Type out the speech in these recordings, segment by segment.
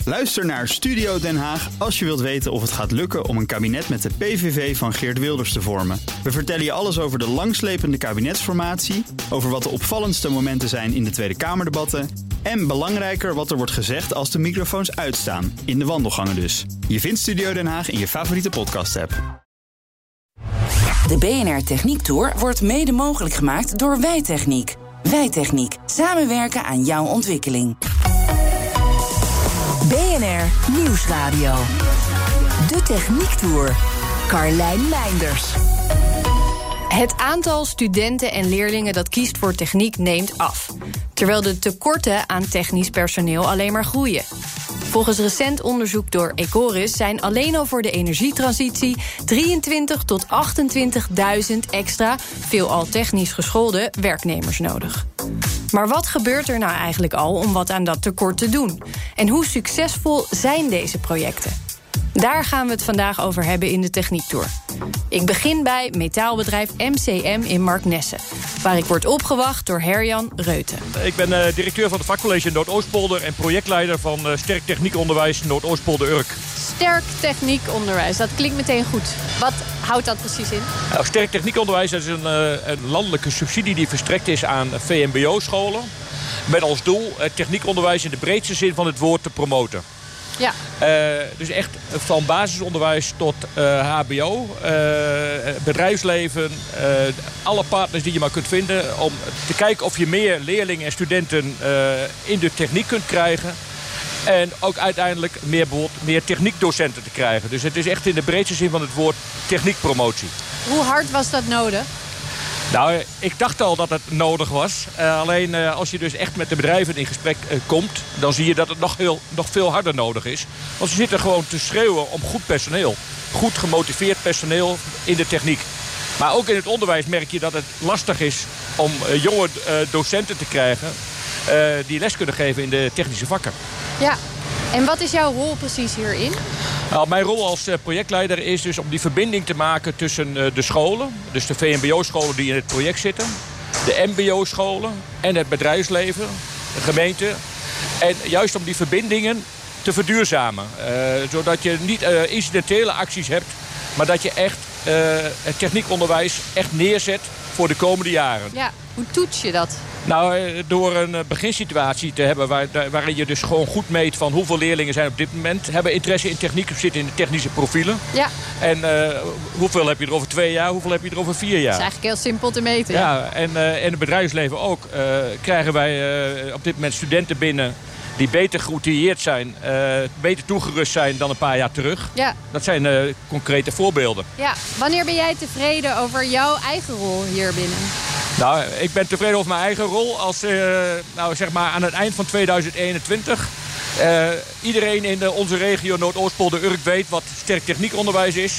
Luister naar Studio Den Haag als je wilt weten of het gaat lukken om een kabinet met de PVV van Geert Wilders te vormen. We vertellen je alles over de langslepende kabinetsformatie, over wat de opvallendste momenten zijn in de Tweede Kamerdebatten en belangrijker wat er wordt gezegd als de microfoons uitstaan, in de wandelgangen dus. Je vindt Studio Den Haag in je favoriete podcast-app. De BNR Techniek Tour wordt mede mogelijk gemaakt door Wijtechniek. Wijtechniek. Samenwerken aan jouw ontwikkeling. BNR Nieuwsradio. De Techniek Tour. Carlijn Meinders. Het aantal studenten en leerlingen dat kiest voor techniek neemt af, terwijl de tekorten aan technisch personeel alleen maar groeien. Volgens recent onderzoek door Ecoris zijn alleen al voor de energietransitie 23.000 tot 28.000 extra, veelal technisch geschoolde, werknemers nodig. Maar wat gebeurt er nou eigenlijk al om wat aan dat tekort te doen? En hoe succesvol zijn deze projecten? Daar gaan we het vandaag over hebben in de Techniek Tour. Ik begin bij metaalbedrijf MCM in Marknesse, waar ik word opgewacht door Herjan Reuten. Ik ben directeur van het vakcollege Noordoostpolder en projectleider van Sterk Techniekonderwijs Noordoostpolder-Urk. Sterk Techniekonderwijs, dat klinkt meteen goed. Wat houdt dat precies in? Nou, Sterk Techniekonderwijs is een landelijke subsidie die verstrekt is aan VMBO-scholen. Met als doel het techniekonderwijs in de breedste zin van het woord te promoten. Ja. Dus echt van basisonderwijs tot hbo, bedrijfsleven, alle partners die je maar kunt vinden, om te kijken of je meer leerlingen en studenten in de techniek kunt krijgen. En ook uiteindelijk meer techniekdocenten te krijgen. Dus het is echt in de breedste zin van het woord techniekpromotie. Hoe hard was dat nodig? Nou, ik dacht al dat het nodig was. Alleen als je dus echt met de bedrijven in gesprek komt, dan zie je dat het nog veel harder nodig is. Want ze zitten gewoon te schreeuwen om goed personeel. Goed gemotiveerd personeel in de techniek. Maar ook in het onderwijs merk je dat het lastig is om jonge docenten te krijgen die les kunnen geven in de technische vakken. Ja. En wat is jouw rol precies hierin? Nou, mijn rol als projectleider is dus om die verbinding te maken tussen de scholen, dus de VMBO-scholen die in het project zitten, de MBO-scholen en het bedrijfsleven, de gemeente. En juist om die verbindingen te verduurzamen. Zodat je niet incidentele acties hebt, maar dat je echt het techniekonderwijs echt neerzet voor de komende jaren. Ja, hoe toets je dat? Nou, door een beginsituatie te hebben waarin je dus gewoon goed meet van hoeveel leerlingen zijn op dit moment hebben interesse in techniek of zitten in de technische profielen. Ja. En hoeveel heb je er over 2 jaar, hoeveel heb je er over 4 jaar? Dat is eigenlijk heel simpel te meten. Ja, en het bedrijfsleven ook. Krijgen wij op dit moment studenten binnen die beter geoutilleerd zijn, beter toegerust zijn dan een paar jaar terug. Ja. Dat zijn concrete voorbeelden. Ja. Wanneer ben jij tevreden over jouw eigen rol hier binnen? Nou, ik ben tevreden over mijn eigen rol als zeg maar aan het eind van 2021. Iedereen in onze regio Noordoostpolder-Urk weet wat sterk techniekonderwijs is.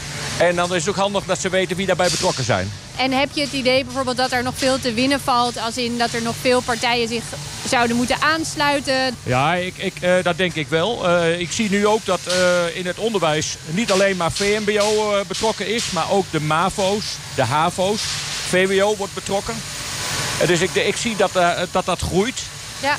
En dan is het ook handig dat ze weten wie daarbij betrokken zijn. En heb je het idee bijvoorbeeld dat er nog veel te winnen valt, als in dat er nog veel partijen zich zouden moeten aansluiten? Ja, dat denk ik wel. Ik zie nu ook dat in het onderwijs niet alleen maar VMBO betrokken is, maar ook de MAVO's, de HAVO's. VWO wordt betrokken. Dus ik zie dat groeit. Ja.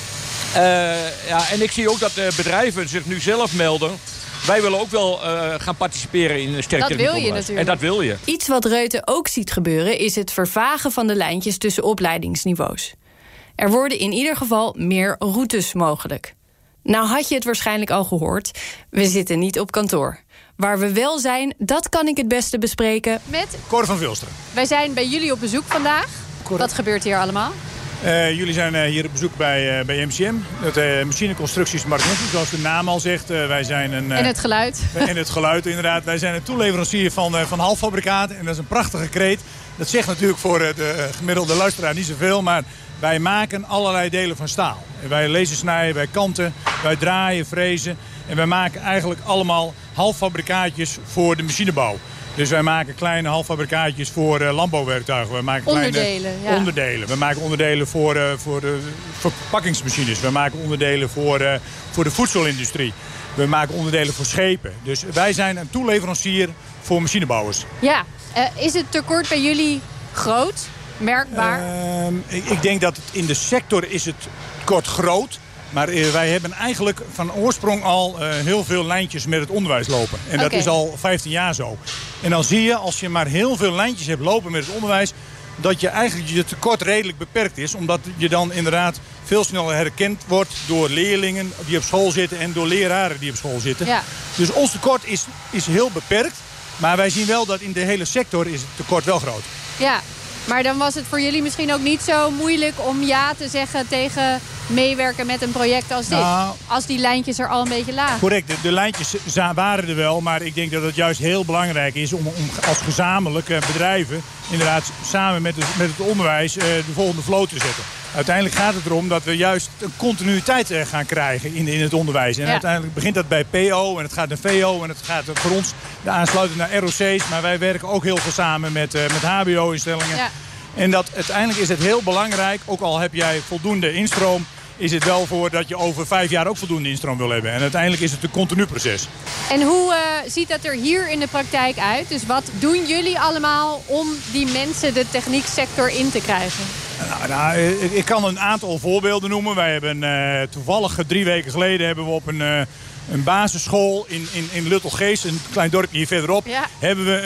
En ik zie ook dat de bedrijven zich nu zelf melden. Wij willen ook wel gaan participeren in een sterk techniekonderwijs. Dat wil je natuurlijk. En dat wil je. Iets wat Reuten ook ziet gebeuren is het vervagen van de lijntjes tussen opleidingsniveaus. Er worden in ieder geval meer routes mogelijk. Nou had je het waarschijnlijk al gehoord. We zitten niet op kantoor. Waar we wel zijn, dat kan ik het beste bespreken met Cor van Vilsteren. Wij zijn bij jullie op bezoek vandaag. Wat gebeurt hier allemaal? Jullie zijn hier op bezoek bij MCM. Het machineconstructies Marknesse, zoals de naam al zegt. Wij zijn en het geluid. En het geluid, inderdaad. Wij zijn een toeleverancier van halffabrikaten. En dat is een prachtige kreet. Dat zegt natuurlijk voor de gemiddelde luisteraar niet zoveel. Maar wij maken allerlei delen van staal. Wij lasersnijden, wij kanten, wij draaien, frezen. En wij maken eigenlijk allemaal halffabrikaatjes voor de machinebouw. Dus wij maken kleine halffabrikaatjes voor landbouwwerktuigen. We maken onderdelen, kleine onderdelen. We maken onderdelen voor de verpakkingsmachines. We maken onderdelen voor de voedselindustrie. We maken onderdelen voor schepen. Dus wij zijn een toeleverancier voor machinebouwers. Ja, is het tekort bij jullie groot? Merkbaar? Ik denk dat het in de sector is het tekort groot. Maar wij hebben eigenlijk van oorsprong al heel veel lijntjes met het onderwijs lopen. En dat is al 15 jaar zo. En dan zie je, als je maar heel veel lijntjes hebt lopen met het onderwijs, dat je eigenlijk je tekort redelijk beperkt is. Omdat je dan inderdaad veel sneller herkend wordt door leerlingen die op school zitten en door leraren die op school zitten. Ja. Dus ons tekort is heel beperkt. Maar wij zien wel dat in de hele sector is het tekort wel groot. Ja, maar dan was het voor jullie misschien ook niet zo moeilijk om ja te zeggen tegen meewerken met een project als dit. Als die lijntjes er al een beetje lagen. Correct, de lijntjes waren er wel. Maar ik denk dat het juist heel belangrijk is om als gezamenlijke bedrijven inderdaad samen met het onderwijs de volgende flow te zetten. Uiteindelijk gaat het erom dat we juist een continuïteit gaan krijgen in het onderwijs. En uiteindelijk begint dat bij PO en het gaat naar VO en het gaat voor ons aansluiten naar ROC's. Maar wij werken ook heel veel samen met HBO-instellingen. Ja. En dat uiteindelijk is het heel belangrijk, ook al heb jij voldoende instroom, is het wel voor dat je over 5 jaar ook voldoende instroom wil hebben. En uiteindelijk is het een continu proces. En hoe ziet dat er hier in de praktijk uit? Dus wat doen jullie allemaal om die mensen de technieksector in te krijgen? Nou, ik kan een aantal voorbeelden noemen. Wij hebben toevallig 3 weken geleden hebben we op een basisschool in Luttelgeest, een klein dorpje hier verderop, hebben we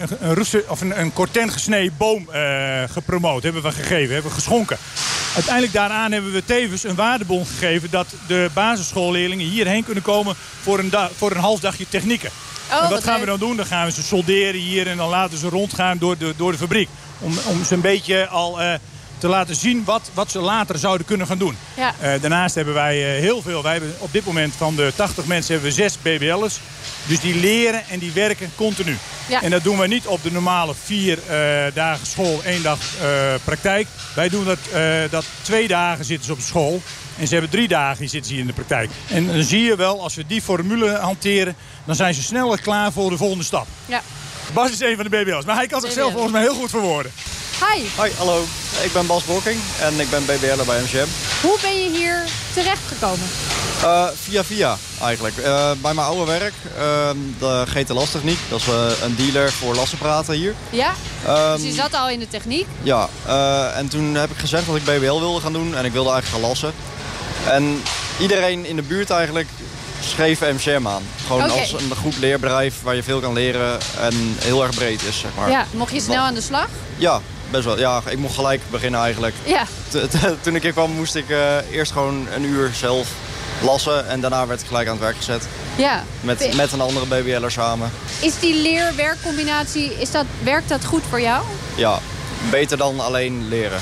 een korten gesneden boom gepromoot, hebben we gegeven, hebben we geschonken. Uiteindelijk daaraan hebben we tevens een waardebon gegeven dat de basisschoolleerlingen hierheen kunnen komen voor een half dagje technieken. En wat gaan we dan doen? Dan gaan we ze solderen hier en dan laten ze rondgaan door de fabriek. Om ze een beetje al te laten zien wat ze later zouden kunnen gaan doen. Ja. Daarnaast hebben wij heel veel. Wij hebben op dit moment van de 80 mensen hebben we 6 BBL'ers. Dus die leren en die werken continu. Ja. En dat doen we niet op de normale 4 dagen school, 1 dag praktijk. Wij doen dat 2 dagen zitten ze op school. En ze hebben 3 dagen zitten ze hier in de praktijk. En dan zie je wel, als we die formule hanteren, dan zijn ze sneller klaar voor de volgende stap. Ja. Bas is een van de BBL'ers, maar hij kan zichzelf volgens mij heel goed verwoorden. Hi. Hoi, hallo. Ik ben Bas Borking en ik ben BBL'er bij MCM. Hoe ben je hier terechtgekomen? Via eigenlijk. Bij mijn oude werk, de GT Lastechniek. Dat is een dealer voor lasapparaten hier. Ja? Dus je zat al in de techniek? Ja, en toen heb ik gezegd dat ik BBL wilde gaan doen en ik wilde eigenlijk gaan lassen. En iedereen in de buurt eigenlijk schreef MCM aan. Gewoon als een goed leerbedrijf waar je veel kan leren en heel erg breed is, zeg maar. Ja, mocht je snel aan de slag? Ja, best wel. Ja, ik mocht gelijk beginnen eigenlijk. Ja. Toen ik hier kwam moest ik eerst gewoon een uur zelf lassen en daarna werd ik gelijk aan het werk gezet. Ja. Met een andere BBL'er samen. Is die leer-werkcombinatie, werkt dat goed voor jou? Ja, beter dan alleen leren.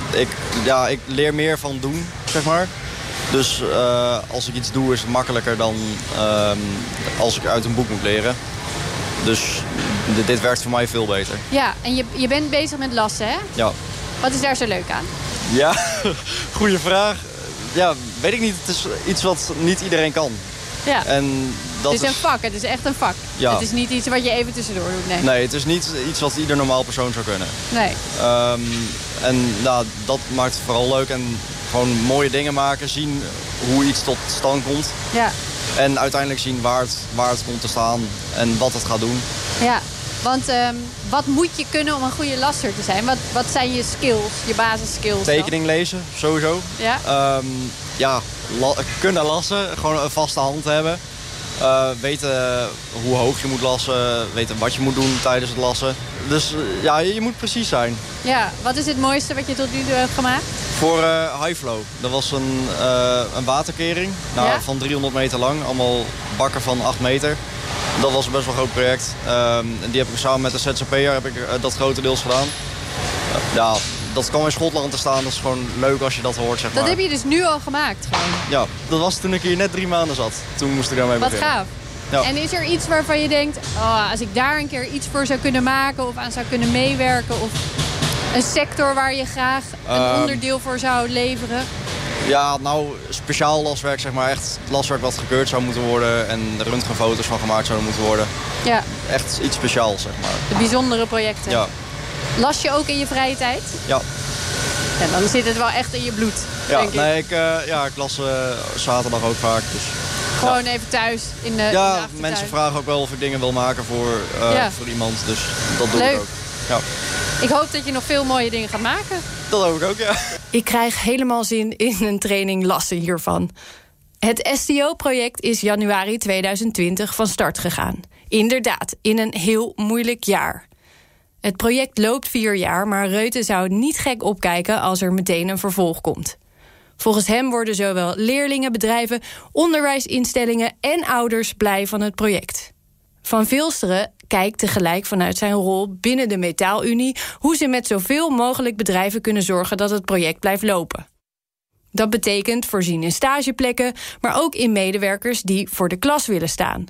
Ik leer meer van doen, zeg maar. Dus als ik iets doe is het makkelijker dan als ik uit een boek moet leren. Dus dit werkt voor mij veel beter. Ja, en je bent bezig met lassen, hè? Ja. Wat is daar zo leuk aan? Ja, goede vraag. Ja, weet ik niet. Het is iets wat niet iedereen kan. Ja, en het is een vak. Het is echt een vak. Ja. Het is niet iets wat je even tussendoor doet, nee. Nee, het is niet iets wat ieder normaal persoon zou kunnen. Nee. En nou, dat maakt het vooral leuk. En gewoon mooie dingen maken, zien hoe iets tot stand komt. Ja. En uiteindelijk zien waar het komt te staan en wat het gaat doen. Ja, want wat moet je kunnen om een goede lasser te zijn? Wat zijn je skills, je basisskills? Tekening lezen, sowieso. Ja? Kunnen lassen, gewoon een vaste hand hebben. Weten hoe hoog je moet lassen, weten wat je moet doen tijdens het lassen. Dus ja, je moet precies zijn. Ja, wat is het mooiste wat je tot nu toe hebt gemaakt? Voor High Flow. Dat was een waterkering van 300 meter lang. Allemaal bakken van 8 meter. Dat was een best wel een groot project. Die heb ik samen met de ZZP'er dat grotendeels gedaan. Ja, dat kwam in Schotland te staan. Dat is gewoon leuk als je dat hoort, zeg maar. Dat heb je dus nu al gemaakt gewoon? Ja, dat was toen ik hier net 3 maanden zat. Toen moest ik daarmee beginnen. Wat gaaf. Ja. En is er iets waarvan je denkt, als ik daar een keer iets voor zou kunnen maken of aan zou kunnen meewerken? Of een sector waar je graag een onderdeel voor zou leveren? Ja, nou, speciaal laswerk, zeg maar. Echt laswerk wat gekeurd zou moeten worden en röntgenfoto's van gemaakt zouden moeten worden. Ja. Echt iets speciaals, zeg maar. De bijzondere projecten. Ja. Las je ook in je vrije tijd? Ja. En dan zit het wel echt in je bloed, denk ik. Nee, ik las zaterdag ook vaak. Dus, gewoon even thuis in de mensen vragen ook wel of ik dingen wil maken voor iemand. Dus dat doe ik ook. Ja. Ik hoop dat je nog veel mooie dingen gaat maken. Dat hoop ik ook, ja. Ik krijg helemaal zin in een training lassen hiervan. Het STO-project is januari 2020 van start gegaan. Inderdaad, in een heel moeilijk jaar. Het project loopt 4 jaar, maar Reuten zou niet gek opkijken als er meteen een vervolg komt. Volgens hem worden zowel leerlingen, bedrijven, onderwijsinstellingen en ouders blij van het project. Van Vilsteren kijkt tegelijk vanuit zijn rol binnen de Metaalunie hoe ze met zoveel mogelijk bedrijven kunnen zorgen dat het project blijft lopen. Dat betekent voorzien in stageplekken, maar ook in medewerkers die voor de klas willen staan.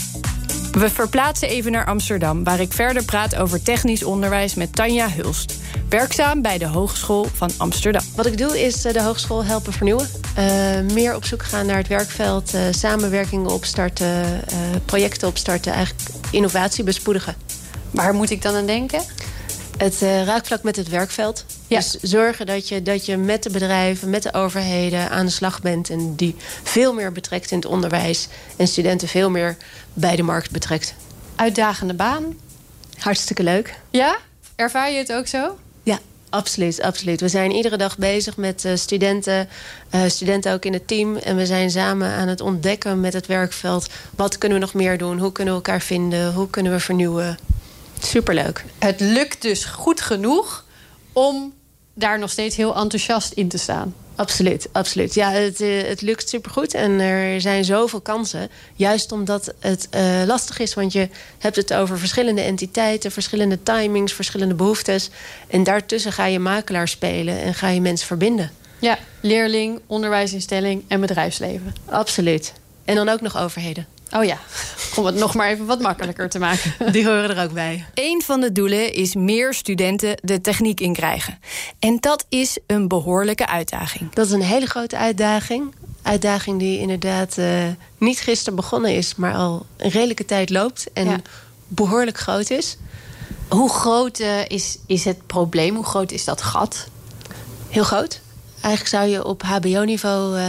We verplaatsen even naar Amsterdam, waar ik verder praat over technisch onderwijs met Tanja Hulst, werkzaam bij de Hogeschool van Amsterdam. Wat ik doe is de hogeschool helpen vernieuwen. Meer op zoek gaan naar het werkveld, samenwerkingen opstarten, projecten opstarten, eigenlijk innovatie bespoedigen. Waar moet ik dan aan denken? Het raakvlak met het werkveld. Ja. Dus zorgen dat je met de bedrijven, met de overheden aan de slag bent en die veel meer betrekt in het onderwijs en studenten veel meer bij de markt betrekt. Uitdagende baan. Hartstikke leuk. Ja? Ervaar je het ook zo? Ja, absoluut, absoluut. We zijn iedere dag bezig met studenten ook in het team. En we zijn samen aan het ontdekken met het werkveld. Wat kunnen we nog meer doen? Hoe kunnen we elkaar vinden? Hoe kunnen we vernieuwen? Superleuk. Het lukt dus goed genoeg om daar nog steeds heel enthousiast in te staan. Absoluut, absoluut. Ja, het lukt supergoed en er zijn zoveel kansen. Juist omdat het lastig is, want je hebt het over verschillende entiteiten, verschillende timings, verschillende behoeftes. En daartussen ga je makelaar spelen en ga je mensen verbinden. Ja, leerling, onderwijsinstelling en bedrijfsleven. Absoluut. En dan ook nog overheden. Oh ja, om het nog maar even wat makkelijker te maken. Die horen er ook bij. Eén van de doelen is meer studenten de techniek in krijgen. En dat is een behoorlijke uitdaging. Dat is een hele grote uitdaging. Uitdaging die inderdaad niet gisteren begonnen is, maar al een redelijke tijd loopt en behoorlijk groot is. Hoe groot is het probleem? Hoe groot is dat gat? Heel groot. Eigenlijk zou je op hbo-niveau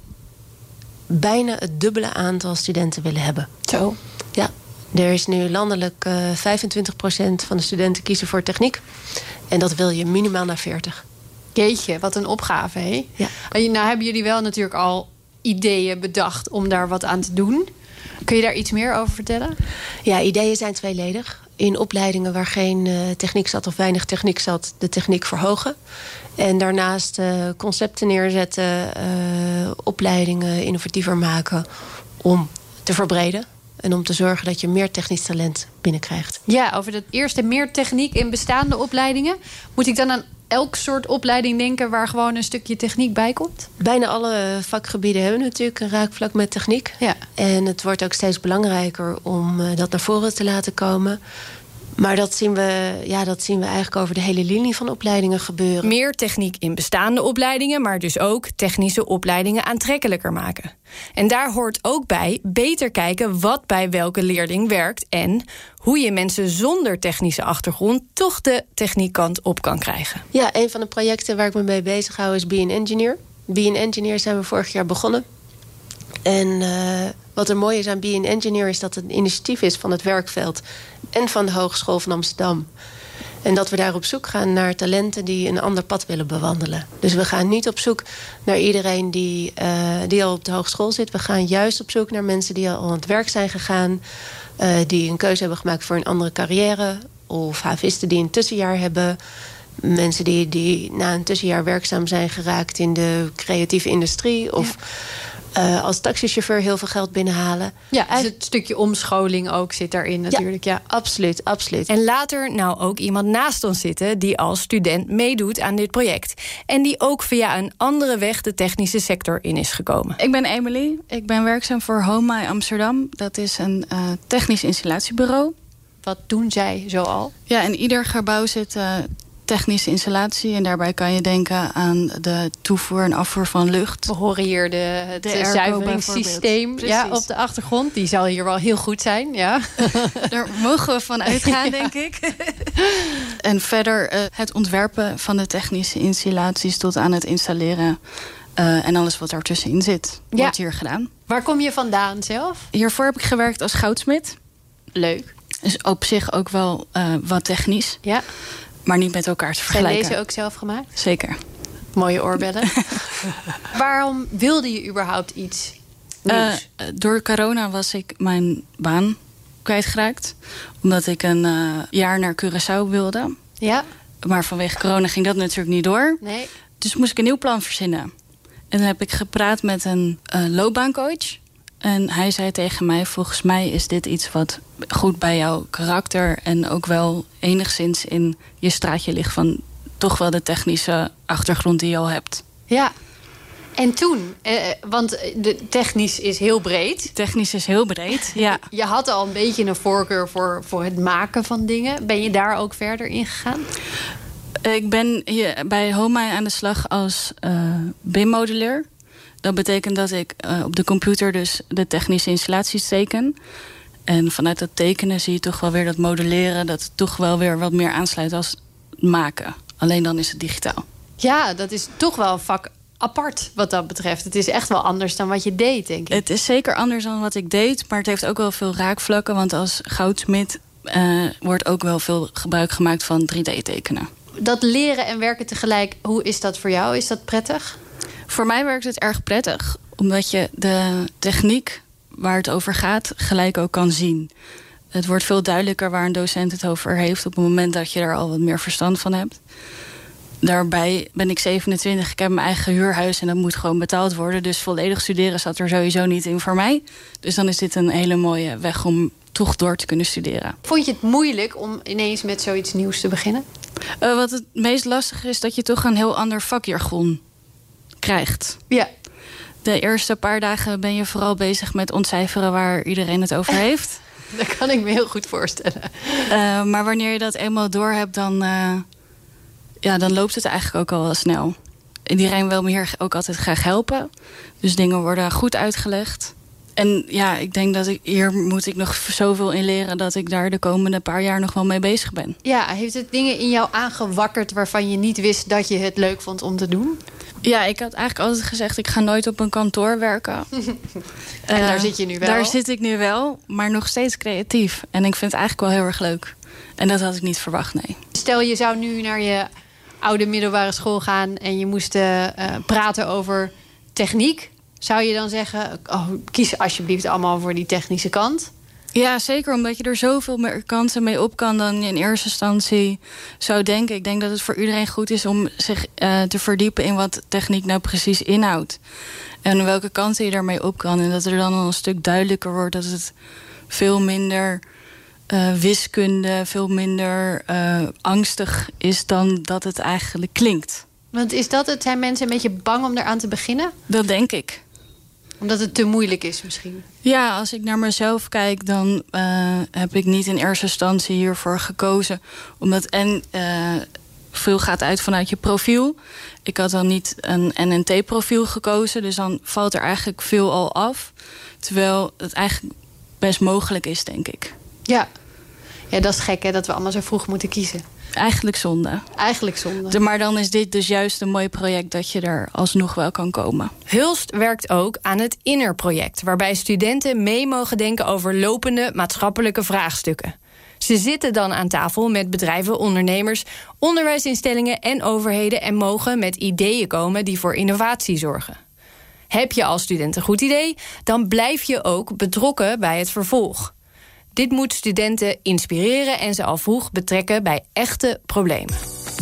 bijna het dubbele aantal studenten willen hebben. Zo? Ja. Er is nu landelijk 25% van de studenten kiezen voor techniek. En dat wil je minimaal naar 40. Jeetje, wat een opgave, hè? Ja. Nou hebben jullie wel natuurlijk al ideeën bedacht om daar wat aan te doen. Kun je daar iets meer over vertellen? Ja, ideeën zijn tweeledig. In opleidingen waar geen techniek zat of weinig techniek zat, de techniek verhogen. En daarnaast concepten neerzetten, opleidingen innovatiever maken om te verbreden. En om te zorgen dat je meer technisch talent binnenkrijgt. Ja, over dat eerste meer techniek in bestaande opleidingen. Moet ik dan aan elk soort opleiding denken waar gewoon een stukje techniek bij komt? Bijna alle vakgebieden hebben natuurlijk een raakvlak met techniek. Ja. En het wordt ook steeds belangrijker om dat naar voren te laten komen. Maar dat zien we eigenlijk over de hele linie van opleidingen gebeuren. Meer techniek in bestaande opleidingen, maar dus ook technische opleidingen aantrekkelijker maken. En daar hoort ook bij beter kijken wat bij welke leerling werkt en hoe je mensen zonder technische achtergrond toch de techniekkant op kan krijgen. Ja, een van de projecten waar ik me mee bezig hou is Be an Engineer. Be an Engineer zijn we vorig jaar begonnen. En wat er mooi is aan Be an Engineer is dat het een initiatief is van het werkveld en van de Hogeschool van Amsterdam. En dat we daar op zoek gaan naar talenten die een ander pad willen bewandelen. Dus we gaan niet op zoek naar iedereen die al op de hogeschool zit. We gaan juist op zoek naar mensen die al aan het werk zijn gegaan, die een keuze hebben gemaakt voor een andere carrière, of havisten die een tussenjaar hebben. Mensen die na een tussenjaar werkzaam zijn geraakt in de creatieve industrie, of als taxichauffeur heel veel geld binnenhalen. Ja, dus het stukje omscholing ook zit daarin natuurlijk. Ja, absoluut, absoluut. En later nou ook iemand naast ons zitten die als student meedoet aan dit project. En die ook via een andere weg de technische sector in is gekomen. Ik ben Emily. Ik ben werkzaam voor HOMA Amsterdam. Dat is een technisch installatiebureau. Wat doen zij zoal? Ja, in ieder gebouw zit technische installatie. En daarbij kan je denken aan de toevoer en afvoer van lucht. We horen hier het zuiveringssysteem op de achtergrond. Die zal hier wel heel goed zijn. Ja. Daar mogen we van uitgaan, denk ik. En verder het ontwerpen van de technische installaties tot aan het installeren. En alles wat daartussenin zit, wordt hier gedaan. Waar kom je vandaan zelf? Hiervoor heb ik gewerkt als goudsmid. Leuk. Dus op zich ook wel wat technisch. Ja. Maar niet met elkaar te vergelijken. Zijn deze ook zelf gemaakt? Zeker. Mooie oorbellen. Waarom wilde je überhaupt iets nieuws? Door corona was ik mijn baan kwijtgeraakt. Omdat ik een jaar naar Curaçao wilde. Ja. Maar vanwege corona ging dat natuurlijk niet door. Nee. Dus moest ik een nieuw plan verzinnen. En dan heb ik gepraat met een loopbaancoach. En hij zei tegen mij, volgens mij is dit iets wat goed bij jouw karakter en ook wel enigszins in je straatje ligt van toch wel de technische achtergrond die je al hebt. Ja. En toen, want de technisch is heel breed. Technisch is heel breed, ja. Je had al een beetje een voorkeur voor het maken van dingen. Ben je daar ook verder in gegaan? Ik ben hier bij HOMA aan de slag als BIM-modelleur. Dat betekent dat ik op de computer dus de technische installaties teken. En vanuit dat tekenen zie je toch wel weer dat modelleren, dat het toch wel weer wat meer aansluit als maken. Alleen dan is het digitaal. Ja, dat is toch wel een vak apart wat dat betreft. Het is echt wel anders dan wat je deed, denk ik. Het is zeker anders dan wat ik deed, maar het heeft ook wel veel raakvlakken. Want als goudsmid wordt ook wel veel gebruik gemaakt van 3D-tekenen. Dat leren en werken tegelijk, hoe is dat voor jou? Is dat prettig? Voor mij werkt het erg prettig, omdat je de techniek waar het over gaat gelijk ook kan zien. Het wordt veel duidelijker waar een docent het over heeft op het moment dat je er al wat meer verstand van hebt. Daarbij ben ik 27, ik heb mijn eigen huurhuis en dat moet gewoon betaald worden. Dus volledig studeren zat er sowieso niet in voor mij. Dus dan is dit een hele mooie weg om toch door te kunnen studeren. Vond je het moeilijk om ineens met zoiets nieuws te beginnen? Wat het meest lastige is dat je toch een heel ander vakjargon krijgt. Ja. De eerste paar dagen ben je vooral bezig met ontcijferen waar iedereen het over heeft. Dat kan ik me heel goed voorstellen. Maar wanneer je dat eenmaal door hebt, dan loopt het eigenlijk ook al wel snel. Iedereen wil me hier ook altijd graag helpen. Dus dingen worden goed uitgelegd. En ja, ik denk dat hier moet ik nog zoveel in leren dat ik daar de komende paar jaar nog wel mee bezig ben. Ja, heeft het dingen in jou aangewakkerd waarvan je niet wist dat je het leuk vond om te doen? Ja, ik had eigenlijk altijd gezegd, ik ga nooit op een kantoor werken. En daar zit je nu wel? Daar zit ik nu wel, maar nog steeds creatief. En ik vind het eigenlijk wel heel erg leuk. En dat had ik niet verwacht, nee. Stel, je zou nu naar je oude middelbare school gaan en je moest praten over techniek. Zou je dan zeggen, kies alsjeblieft allemaal voor die technische kant? Ja, zeker, omdat je er zoveel meer kansen mee op kan dan je in eerste instantie zou denken. Ik denk dat het voor iedereen goed is om zich te verdiepen in wat techniek nou precies inhoudt. En welke kanten je daarmee op kan. En dat er dan al een stuk duidelijker wordt dat het veel minder wiskunde, veel minder angstig is dan dat het eigenlijk klinkt. Want is dat het? Zijn mensen een beetje bang om eraan te beginnen? Dat denk ik. Omdat het te moeilijk is misschien? Ja, als ik naar mezelf kijk, dan heb ik niet in eerste instantie hiervoor gekozen. Omdat veel gaat uit vanuit je profiel. Ik had dan niet een NNT-profiel gekozen, dus dan valt er eigenlijk veel al af. Terwijl het eigenlijk best mogelijk is, denk ik. Ja, dat is gek hè, dat we allemaal zo vroeg moeten kiezen. Eigenlijk zonde. Eigenlijk zonde. Maar dan is dit dus juist een mooi project dat je er alsnog wel kan komen. Hulst werkt ook aan het Inner-project, waarbij studenten mee mogen denken over lopende maatschappelijke vraagstukken. Ze zitten dan aan tafel met bedrijven, ondernemers, onderwijsinstellingen en overheden en mogen met ideeën komen die voor innovatie zorgen. Heb je als student een goed idee, dan blijf je ook betrokken bij het vervolg. Dit moet studenten inspireren en ze al vroeg betrekken bij echte problemen.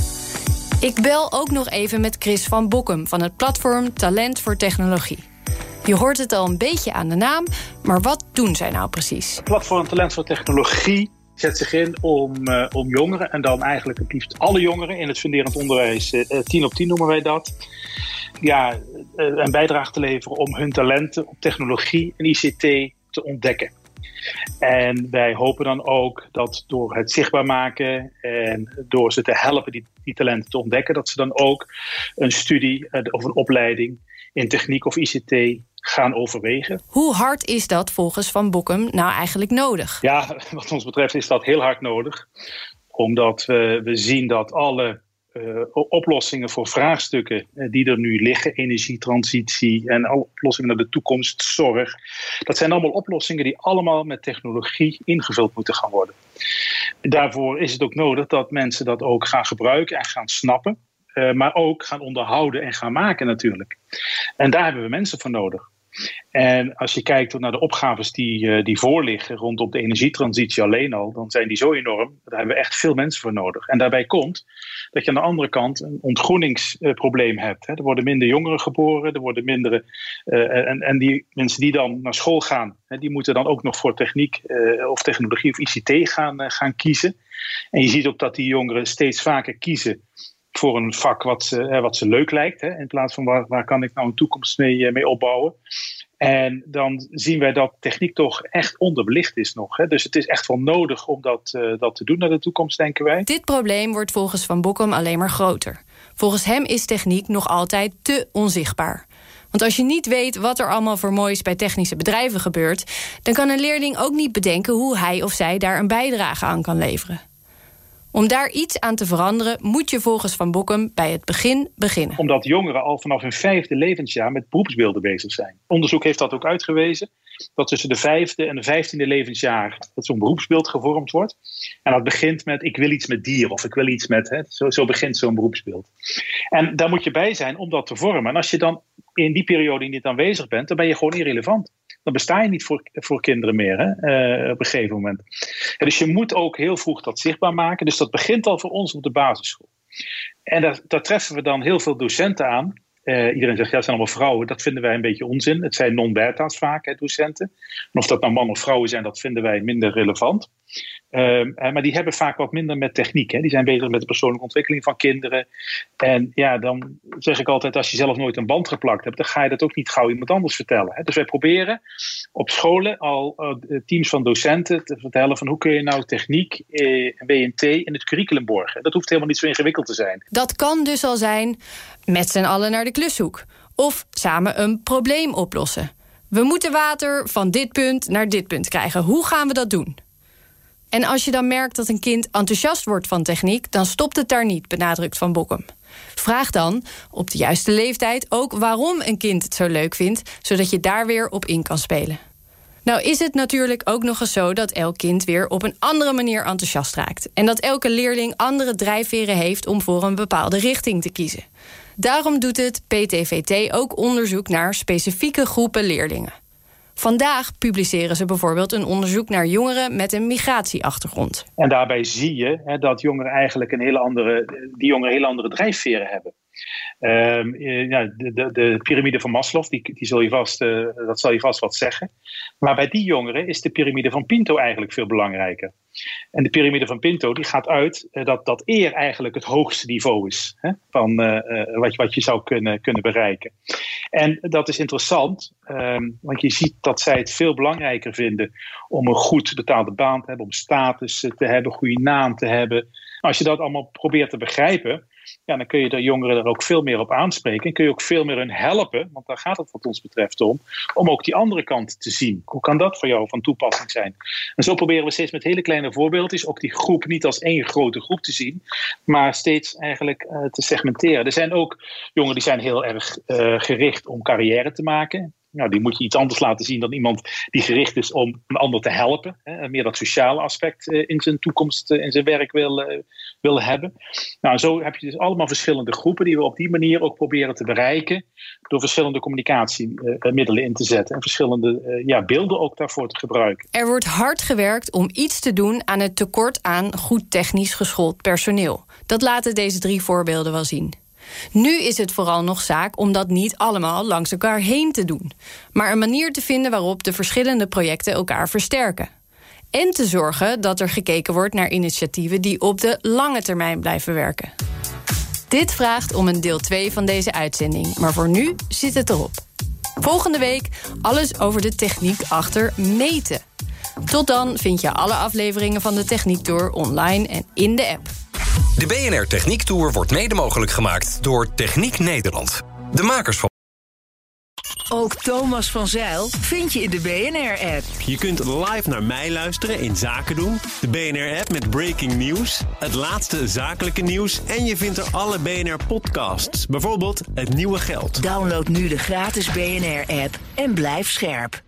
Ik bel ook nog even met Chris van Bokkum van het platform Talent voor Technologie. Je hoort het al een beetje aan de naam, maar wat doen zij nou precies? Het platform Talent voor Technologie zet zich in om jongeren, en dan eigenlijk het liefst alle jongeren in het funderend onderwijs, 10 op 10 noemen wij dat, een bijdrage te leveren om hun talenten op technologie en ICT te ontdekken. En wij hopen dan ook dat door het zichtbaar maken en door ze te helpen die talenten te ontdekken, dat ze dan ook een studie of een opleiding in techniek of ICT gaan overwegen. Hoe hard is dat volgens Van Bokkum nou eigenlijk nodig? Ja, wat ons betreft is dat heel hard nodig. Omdat we zien dat alle oplossingen voor vraagstukken die er nu liggen, energietransitie en alle oplossingen naar de toekomst, zorg, dat zijn allemaal oplossingen die allemaal met technologie ingevuld moeten gaan worden. Daarvoor is het ook nodig dat mensen dat ook gaan gebruiken en gaan snappen. maar ook gaan onderhouden en gaan maken natuurlijk. En daar hebben we mensen voor nodig. En als je kijkt naar de opgaves die voorliggen rondom de energietransitie alleen al, dan zijn die zo enorm. Daar hebben we echt veel mensen voor nodig. En daarbij komt dat je aan de andere kant een ontgroeningsprobleem hebt. Hè. Er worden minder jongeren geboren, er worden mindere. En die mensen die dan naar school gaan, die moeten dan ook nog voor techniek of technologie of ICT gaan kiezen. En je ziet ook dat die jongeren steeds vaker kiezen voor een vak wat ze leuk lijkt. Hè, in plaats van waar kan ik nou een toekomst mee opbouwen. En dan zien wij dat techniek toch echt onderbelicht is nog. Hè. Dus het is echt wel nodig om dat te doen naar de toekomst, denken wij. Dit probleem wordt volgens Van Bokkum alleen maar groter. Volgens hem is techniek nog altijd te onzichtbaar. Want als je niet weet wat er allemaal voor moois bij technische bedrijven gebeurt, dan kan een leerling ook niet bedenken hoe hij of zij daar een bijdrage aan kan leveren. Om daar iets aan te veranderen, moet je volgens Van Bokkum bij het begin beginnen. Omdat jongeren al vanaf hun 5e levensjaar met beroepsbeelden bezig zijn. Onderzoek heeft dat ook uitgewezen. Dat tussen de 5e en de 15e levensjaar dat zo'n beroepsbeeld gevormd wordt. En dat begint met ik wil iets met dieren of ik wil iets met. Zo begint zo'n beroepsbeeld. En daar moet je bij zijn om dat te vormen. En als je dan in die periode niet aanwezig bent, dan ben je gewoon irrelevant. Dan besta je niet voor kinderen meer op een gegeven moment. En dus je moet ook heel vroeg dat zichtbaar maken. Dus dat begint al voor ons op de basisschool. En daar treffen we dan heel veel docenten aan. Iedereen zegt, ja, het zijn allemaal vrouwen. Dat vinden wij een beetje onzin. Het zijn non-beta's vaak, docenten. En of dat nou mannen of vrouwen zijn, dat vinden wij minder relevant. Maar die hebben vaak wat minder met techniek. Hè. Die zijn bezig met de persoonlijke ontwikkeling van kinderen. En ja, dan zeg ik altijd, als je zelf nooit een band geplakt hebt, dan ga je dat ook niet gauw iemand anders vertellen. Hè. Dus wij proberen op scholen al teams van docenten te vertellen van hoe kun je nou techniek, WNT in het curriculum borgen. Dat hoeft helemaal niet zo ingewikkeld te zijn. Dat kan dus al zijn met z'n allen naar de klushoek. Of samen een probleem oplossen. We moeten water van dit punt naar dit punt krijgen. Hoe gaan we dat doen? En als je dan merkt dat een kind enthousiast wordt van techniek, dan stopt het daar niet, benadrukt Van Bokkum. Vraag dan op de juiste leeftijd ook waarom een kind het zo leuk vindt, zodat je daar weer op in kan spelen. Nou is het natuurlijk ook nog eens zo dat elk kind weer op een andere manier enthousiast raakt. En dat elke leerling andere drijfveren heeft om voor een bepaalde richting te kiezen. Daarom doet het PTVT ook onderzoek naar specifieke groepen leerlingen. Vandaag publiceren ze bijvoorbeeld een onderzoek naar jongeren met een migratieachtergrond. En daarbij zie je dat jongeren eigenlijk een hele andere drijfveren hebben. De piramide van Maslow, dat zal je vast wat zeggen. Maar bij die jongeren is de piramide van Pinto eigenlijk veel belangrijker. En de piramide van Pinto die gaat uit dat eer eigenlijk het hoogste niveau is, hè, van wat je zou kunnen bereiken. En dat is interessant, want je ziet dat zij het veel belangrijker vinden om een goed betaalde baan te hebben, om status te hebben, goede naam te hebben. Als je dat allemaal probeert te begrijpen, ja, dan kun je de jongeren er ook veel meer op aanspreken. En kun je ook veel meer hun helpen, want daar gaat het wat ons betreft om ook die andere kant te zien. Hoe kan dat voor jou van toepassing zijn? En zo proberen we steeds met hele kleine voorbeeldjes ook die groep niet als één grote groep te zien, maar steeds eigenlijk te segmenteren. Er zijn ook jongeren die zijn heel erg gericht om carrière te maken. Nou, die moet je iets anders laten zien dan iemand die gericht is om een ander te helpen. Hè, meer dat sociale aspect in zijn toekomst, in zijn werk wil hebben. Nou, zo heb je dus allemaal verschillende groepen die we op die manier ook proberen te bereiken door verschillende communicatiemiddelen in te zetten en verschillende beelden ook daarvoor te gebruiken. Er wordt hard gewerkt om iets te doen aan het tekort aan goed technisch geschoold personeel. Dat laten deze 3 voorbeelden wel zien. Nu is het vooral nog zaak om dat niet allemaal langs elkaar heen te doen, maar een manier te vinden waarop de verschillende projecten elkaar versterken. En te zorgen dat er gekeken wordt naar initiatieven die op de lange termijn blijven werken. Dit vraagt om een deel 2 van deze uitzending, maar voor nu zit het erop. Volgende week alles over de techniek achter meten. Tot dan vind je alle afleveringen van de Techniek Tour online en in de app. De BNR Techniek Tour wordt mede mogelijk gemaakt door Techniek Nederland. De makers van... Ook Thomas van Zijl vind je in de BNR-app. Je kunt live naar mij luisteren in Zaken doen. De BNR-app met breaking news, het laatste zakelijke nieuws... en je vindt er alle BNR-podcasts, bijvoorbeeld Het Nieuwe Geld. Download nu de gratis BNR-app en blijf scherp.